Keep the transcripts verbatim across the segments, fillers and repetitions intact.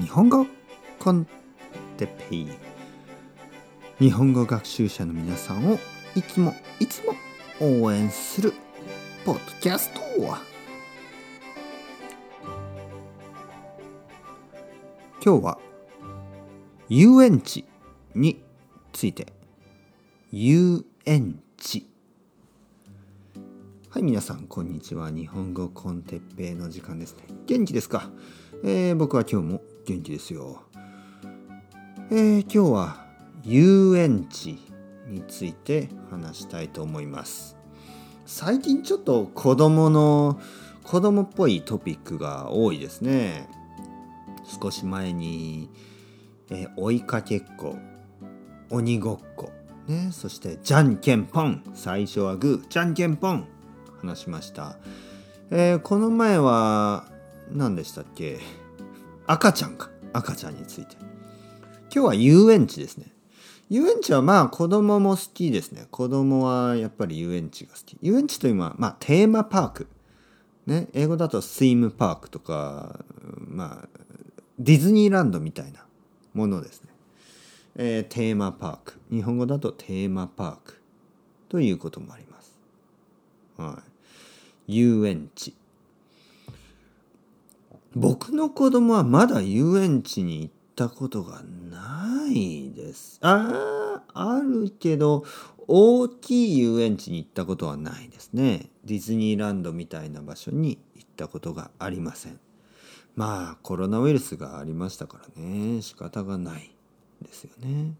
日本語コンテペイ、日本語学習者の皆さんをいつもいつも応援するポッドキャスト。今日は遊園地について。遊園地、はい、皆さんこんにちは。日本語コンテッペイの時間ですね。元気ですか？えー、僕は今日も元気ですよ。えー、今日は遊園地について話したいと思います。最近ちょっと子供の子供っぽいトピックが多いですね。少し前に、えー、追いかけっこ、鬼ごっこ、ね、そしてじゃんけんぽん、最初はグー、じゃんけんぽん話しました。えー、この前は何でしたっけ？赤ちゃんか。赤ちゃんについて。今日は遊園地ですね。遊園地はまあ子供も好きですね。子供はやっぱり遊園地が好き。遊園地というのはまあテーマパーク。ね、英語だとスイムパークとか、まあディズニーランドみたいなものですね。えー、テーマパーク。日本語だとテーマパークということもあります。はい。遊園地。僕の子供はまだ遊園地に行ったことがないです。ああ、あるけど大きい遊園地に行ったことはないですね。ディズニーランドみたいな場所に行ったことがありません。まあコロナウイルスがありましたからね、仕方がないですよね。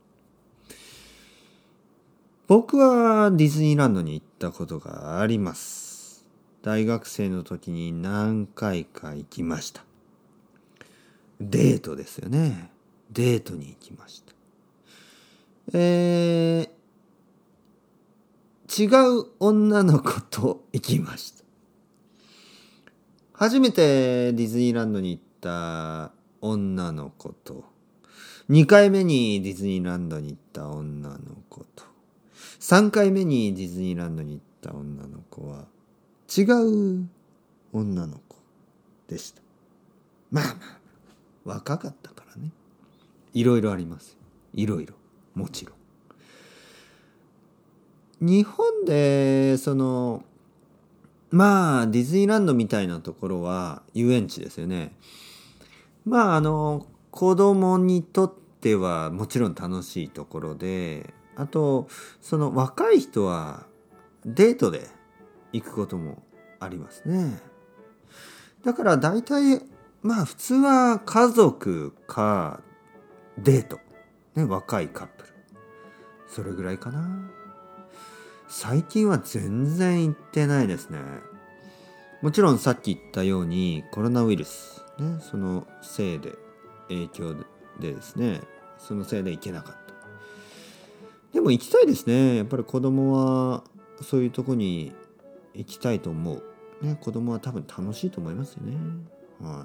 僕はディズニーランドに行ったことがあります。大学生の時に何回か行きました。デートですよね。デートに行きました。えー、違う女の子と行きました。初めてディズニーランドに行った女の子と、にかいめにディズニーランドに行った女の子と、さんかいめにディズニーランドに行った女の子は違う女の子でした。まあまあ若かったからね。いろいろあります。いろいろ、もちろん。日本でそのまあディズニーランドみたいなところは遊園地ですよね。まああの子供にとってはもちろん楽しいところで、あとその若い人はデートで行くこともありますね。だから大体まあ普通は家族かデート、ね、若いカップル、それぐらいかな。最近は全然行ってないですね。もちろんさっき言ったようにコロナウイルス、ね、そのせいで影響でですね、そのせいで行けなかった。でも行きたいですね。やっぱり子供はそういうとこに行きたいと思う。ね、子供は多分楽しいと思いますよね。はい。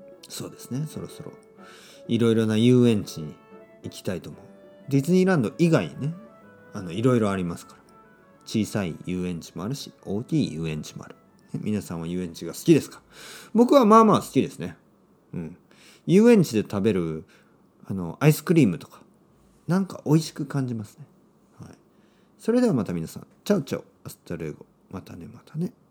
そうですね。そろそろいろいろな遊園地に行きたいと思う。ディズニーランド以外にね、あのいろいろありますから。小さい遊園地もあるし、大きい遊園地もある。ね、皆さんは遊園地が好きですか？僕はまあまあ好きですね。うん。遊園地で食べるあのアイスクリームとか、なんか美味しく感じますね。はい。それではまた皆さん、チャウチャウ、アスタレゴ、またねまたね。